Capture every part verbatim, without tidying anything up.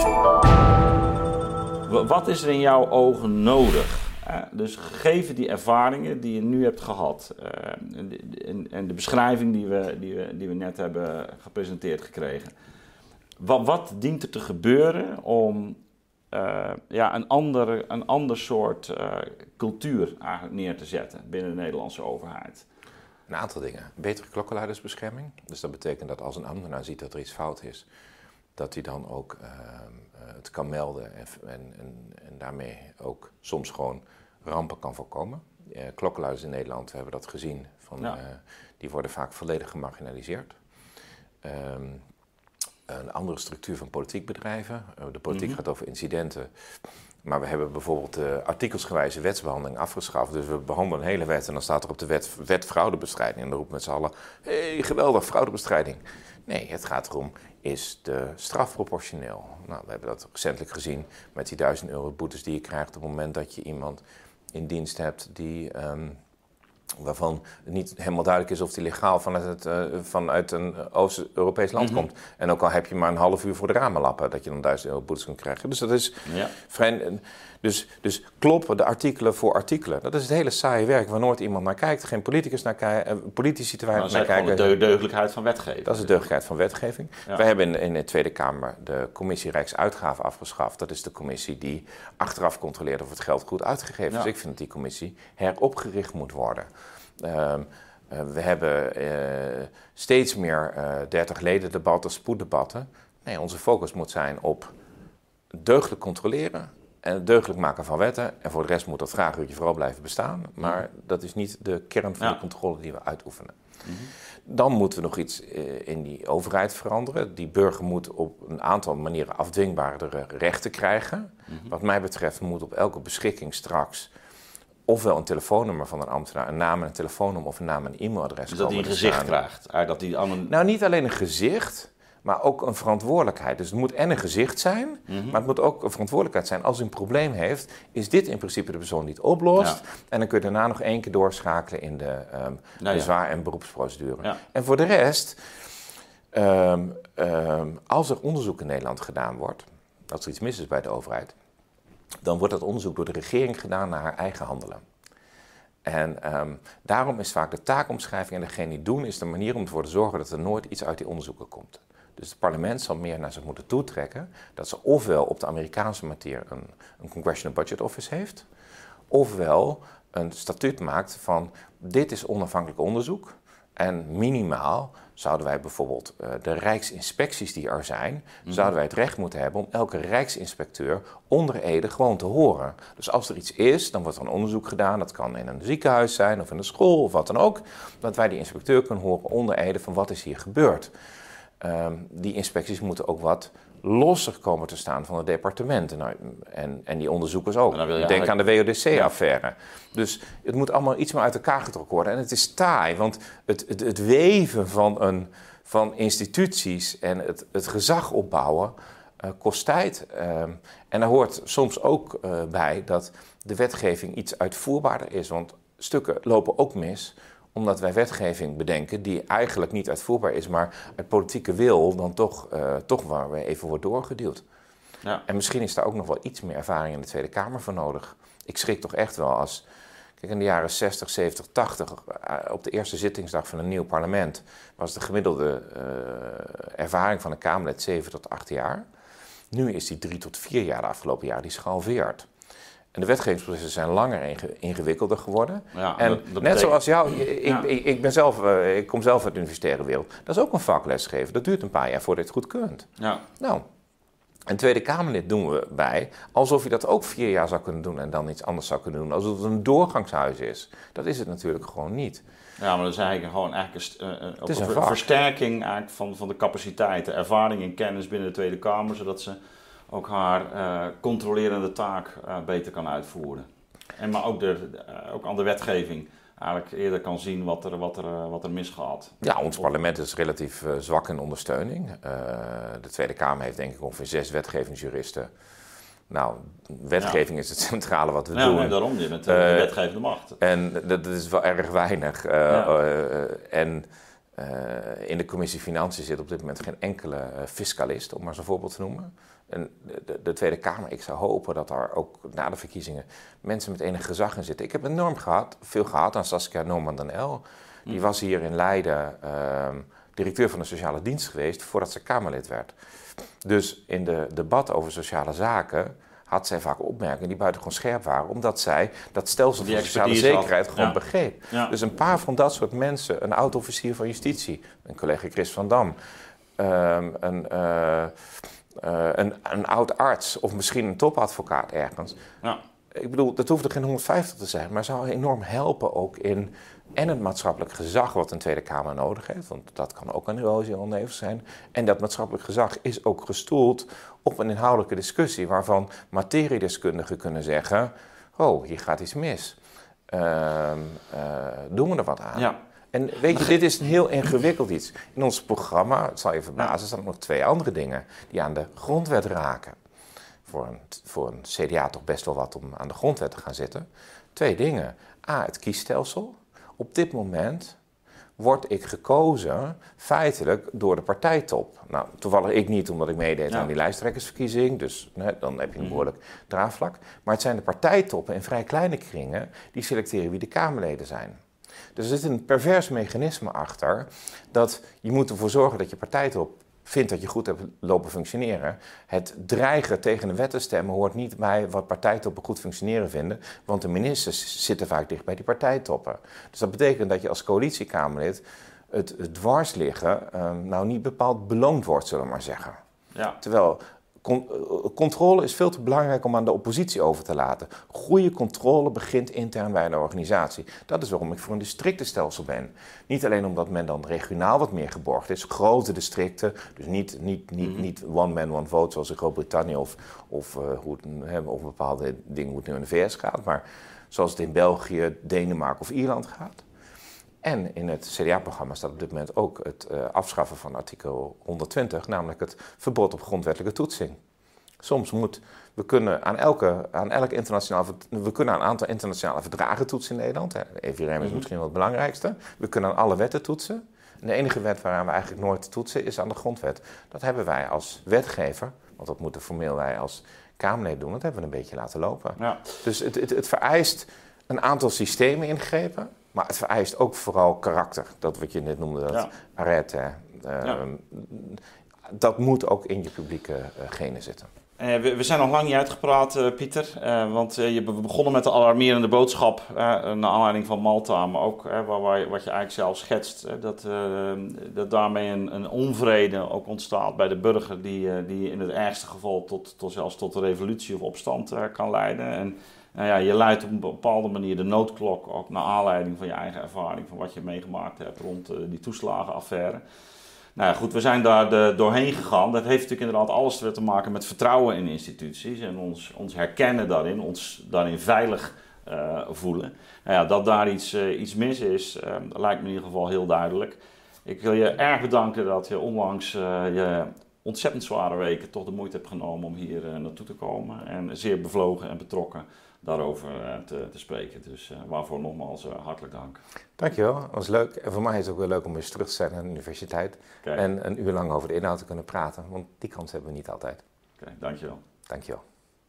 Wat is er in jouw ogen nodig? Uh, dus gegeven die ervaringen die je nu hebt gehad uh, en, en de beschrijving die we, die, we, die we net hebben gepresenteerd gekregen. Wat, wat dient er te gebeuren om uh, ja, een, andere, een ander soort uh, cultuur eigenlijk neer te zetten binnen de Nederlandse overheid? Een aantal dingen. Betere klokkenluidersbescherming. Dus dat betekent dat als een ambtenaar ziet dat er iets fout is, dat hij dan ook uh, het kan melden en, en, en, en daarmee ook soms gewoon rampen kan voorkomen. Uh, klokkenluiders in Nederland, we hebben dat gezien, van, ja. uh, die worden vaak volledig gemarginaliseerd. Um, een andere structuur van politiek bedrijven. Uh, de politiek mm-hmm. gaat over incidenten. Maar we hebben bijvoorbeeld de artikelsgewijze wetsbehandeling afgeschaft. Dus we behandelen een hele wet en dan staat er op de wet, wet fraudebestrijding. En dan roept met z'n allen, hé, hey, geweldig, fraudebestrijding. Nee, het gaat erom, is de straf proportioneel? Nou, we hebben dat recentelijk gezien met die duizend euro boetes die je krijgt op het moment dat je iemand in dienst hebt die, um, waarvan het niet helemaal duidelijk is of die legaal vanuit, het, uh, vanuit een Oost-Europees land mm-hmm. komt. En ook al heb je maar een half uur voor de ramen lappen, dat je dan duizend euro boetes kunt krijgen. Dus dat is ja. vrij... Dus, dus kloppen de artikelen voor artikelen. Dat is het hele saaie werk waar nooit iemand naar kijkt. Geen politicus naar kijken, politici te weinig naar kijken. Dat is de deugdelijkheid van wetgeving. Dat is de deugdelijkheid van wetgeving. Ja. Wij hebben in, in de Tweede Kamer de commissie Rijksuitgaven afgeschaft. Dat is de commissie die achteraf controleert of het geld goed uitgegeven is. Ja. Dus ik vind dat die commissie heropgericht moet worden. Uh, uh, we hebben uh, steeds meer uh, dertig leden debatten, spoeddebatten. Nee, onze focus moet zijn op deugdelijk controleren en het deugdelijk maken van wetten. En voor de rest moet dat vraaguurtje vooral blijven bestaan. Maar dat is niet de kern van ja. de controle die we uitoefenen. Mm-hmm. Dan moeten we nog iets uh, in die overheid veranderen. Die burger moet op een aantal manieren afdwingbaardere rechten krijgen. Mm-hmm. Wat mij betreft moet op elke beschikking straks ofwel een telefoonnummer van een ambtenaar, een naam en een telefoonnummer of een naam en e-mailadres. Dus dat hij een gezicht staan. krijgt? Dat die een... Nou, niet alleen een gezicht, maar ook een verantwoordelijkheid. Dus het moet en een gezicht zijn, mm-hmm. maar het moet ook een verantwoordelijkheid zijn. Als hij een probleem heeft, is dit in principe de persoon die het oplost. Ja. En dan kun je daarna nog één keer doorschakelen in de um, nou, bezwaar- ja. en beroepsprocedure. Ja. En voor de rest, um, um, als er onderzoek in Nederland gedaan wordt, als er iets mis is bij de overheid, dan wordt dat onderzoek door de regering gedaan naar haar eigen handelen. En um, daarom is vaak de taakomschrijving en degene die doen, is de manier om ervoor te zorgen dat er nooit iets uit die onderzoeken komt. Dus het parlement zal meer naar zich moeten toetrekken dat ze ofwel op de Amerikaanse manier een, een Congressional Budget Office heeft, ofwel een statuut maakt van dit is onafhankelijk onderzoek. En minimaal zouden wij bijvoorbeeld uh, de rijksinspecties die er zijn, mm-hmm. zouden wij het recht moeten hebben om elke rijksinspecteur onder ede gewoon te horen. Dus als er iets is, dan wordt er een onderzoek gedaan. Dat kan in een ziekenhuis zijn of in een school of wat dan ook. Dat wij die inspecteur kunnen horen onder ede van wat is hier gebeurd. Um, die inspecties moeten ook wat losser komen te staan van het departement. Nou, en, en die onderzoekers ook. Denk eigenlijk aan de W O D C-affaire. Ja. Dus het moet allemaal iets meer uit elkaar getrokken worden. En het is taai, want het, het, het weven van, een, van instituties en het, het gezag opbouwen uh, kost tijd. Uh, en daar hoort soms ook uh, bij dat de wetgeving iets uitvoerbaarder is. Want stukken lopen ook mis omdat wij wetgeving bedenken die eigenlijk niet uitvoerbaar is, maar uit politieke wil dan toch, uh, toch waar we even wordt doorgeduwd. Ja. En misschien is daar ook nog wel iets meer ervaring in de Tweede Kamer voor nodig. Ik schrik toch echt wel als, kijk in de jaren zestig, zeventig, tachtig, uh, op de eerste zittingsdag van een nieuw parlement was de gemiddelde uh, ervaring van een Kamerlid zeven tot acht jaar. Nu is die drie tot vier jaar de afgelopen jaar, die is gehalveerd. En de wetgevingsprocessen zijn langer inge- ingewikkelder geworden. Ja, en dat, dat net betekent... zoals jou, ik, ja. ik, ik, ben zelf, uh, ik kom zelf uit de universitaire wereld. Dat is ook een vak lesgeven. Dat duurt een paar jaar voordat je het goed kunt. Ja. Nou, een Tweede Kamerlid doen we bij alsof je dat ook vier jaar zou kunnen doen en dan iets anders zou kunnen doen. Alsof het een doorgangshuis is. Dat is het natuurlijk gewoon niet. Ja, maar dat is eigenlijk gewoon eigenlijk een, uh, ook een, een ver- versterking eigenlijk van, van de capaciteiten, ervaring en kennis binnen de Tweede Kamer, zodat ze ook haar uh, controlerende taak uh, beter kan uitvoeren. En maar ook, de, uh, ook aan de wetgeving eigenlijk eerder kan zien wat er, wat er, uh, wat er misgaat. Ja, ons parlement is relatief uh, zwak in ondersteuning. Uh, de Tweede Kamer heeft denk ik ongeveer zes wetgevingsjuristen. Nou, wetgeving ja. is het centrale wat we ja, doen. Nee, daarom, je bent uh, de wetgevende macht. En dat, dat is wel erg weinig. Uh, ja. uh, en Uh, in de commissie Financiën zit op dit moment geen enkele uh, fiscalist, om maar zo'n voorbeeld te noemen. En de, de Tweede Kamer, ik zou hopen dat er ook na de verkiezingen mensen met enig gezag in zitten. Ik heb enorm gehad, veel gehad aan Saskia Norman-Dan L. Die was hier in Leiden uh, directeur van de sociale dienst geweest voordat ze Kamerlid werd. Dus in de debat over sociale zaken had zij vaak opmerkingen die buitengewoon scherp waren, omdat zij dat stelsel van sociale zekerheid had. gewoon ja. begreep. Ja. Dus een paar van dat soort mensen, een oud-officier van justitie, een collega Chris van Dam, um, een, uh, uh, een, een oud-arts of misschien een topadvocaat ergens. Ja. Ik bedoel, dat hoeft er geen honderdvijftig te zijn, maar zou enorm helpen ook in en het maatschappelijk gezag wat een Tweede Kamer nodig heeft, want dat kan ook een erosie oneven zijn. En dat maatschappelijk gezag is ook gestoeld op een inhoudelijke discussie waarvan materiedeskundigen kunnen zeggen, oh, hier gaat iets mis. Uh, uh, doen we er wat aan? Ja. En weet je, dit is een heel ingewikkeld iets. In ons programma, het zal je verbazen, staan er nog twee andere dingen die aan de grondwet raken. Voor een, voor een C D A toch best wel wat om aan de grondwet te gaan zitten. Twee dingen. A, het kiesstelsel. Op dit moment word ik gekozen feitelijk door de partijtop. Nou, toevallig ik niet, omdat ik meedeed ja. aan die lijsttrekkersverkiezing. Dus hè, dan heb je een behoorlijk draagvlak. Maar het zijn de partijtoppen in vrij kleine kringen die selecteren wie de Kamerleden zijn. Dus er zit een pervers mechanisme achter dat je moet ervoor zorgen dat je partijtop vindt dat je goed hebt lopen functioneren. Het dreigen tegen de wet te stemmen hoort niet bij wat partijtoppen goed functioneren vinden, want de ministers zitten vaak dicht bij die partijtoppen. Dus dat betekent dat je als coalitiekamerlid het, het dwars liggen um, nou niet bepaald beloond wordt, zullen we maar zeggen. Ja. Terwijl con- controle is veel te belangrijk om aan de oppositie over te laten. Goede controle begint intern bij de organisatie. Dat is waarom ik voor een districtenstelsel ben. Niet alleen omdat men dan regionaal wat meer geborgd is, grote districten, dus niet, niet, niet, mm-hmm. niet one man, one vote zoals in Groot-Brittannië of, of, uh, hoe het, hè, of bepaalde dingen hoe het nu in de V S gaat, maar zoals het in België, Denemarken of Ierland gaat. En in het C D A-programma staat op dit moment ook het uh, afschaffen van artikel honderdtwintig, namelijk het verbod op grondwettelijke toetsing. Soms moet, we kunnen aan elke, aan elk internationaal, we kunnen aan een aantal internationale verdragen toetsen in Nederland. Hè. De E V R M is mm-hmm. misschien wel het belangrijkste. We kunnen aan alle wetten toetsen. En de enige wet waaraan we eigenlijk nooit toetsen is aan de grondwet. Dat hebben wij als wetgever, want dat moeten formeel wij als Kamerlid doen, dat hebben we een beetje laten lopen. Ja. Dus het, het, het vereist een aantal systemen ingrepen. Maar het vereist ook vooral karakter. Dat wat je net noemde, dat ja. arrête. Uh, ja. Dat moet ook in je publieke uh, genen zitten. Uh, we, we zijn nog lang niet uitgepraat, uh, Pieter. Uh, want uh, je, we begonnen met de alarmerende boodschap. Uh, naar aanleiding van Malta, maar ook uh, waar, waar, wat je eigenlijk zelf schetst. Uh, dat, uh, dat daarmee een, een onvrede ook ontstaat bij de burger. Die, uh, die in het ergste geval tot, tot zelfs tot een revolutie of opstand uh, kan leiden. En, Nou ja, je luidt op een bepaalde manier de noodklok, ook naar aanleiding van je eigen ervaring, van wat je meegemaakt hebt rond uh, die toeslagenaffaire. Nou ja, goed, we zijn daar de, doorheen gegaan. Dat heeft natuurlijk inderdaad alles te maken met vertrouwen in instituties en ons, ons herkennen daarin, ons daarin veilig uh, voelen. Nou ja, dat daar iets, uh, iets mis is, uh, lijkt me in ieder geval heel duidelijk. Ik wil je erg bedanken dat je ondanks uh, je ontzettend zware weken toch de moeite hebt genomen om hier uh, naartoe te komen. En zeer bevlogen en betrokken daarover uh, te, te spreken. Dus uh, waarvoor nogmaals uh, hartelijk dank. Dankjewel, dat was leuk. En voor mij is het ook wel leuk om eens terug te zijn aan de universiteit. Kijk. En een uur lang over de inhoud te kunnen praten. Want die kans hebben we niet altijd. Oké, dankjewel. Dankjewel.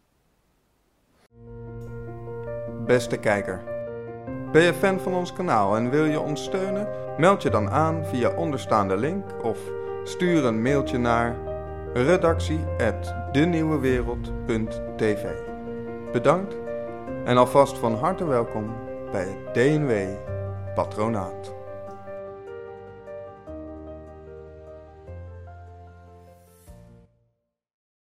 Beste kijker, ben je fan van ons kanaal en wil je ons steunen? Meld je dan aan via onderstaande link of stuur een mailtje naar redactie apenstaartje denieuwewereld punt t v. Bedankt en alvast van harte welkom bij het D N W Patronaat.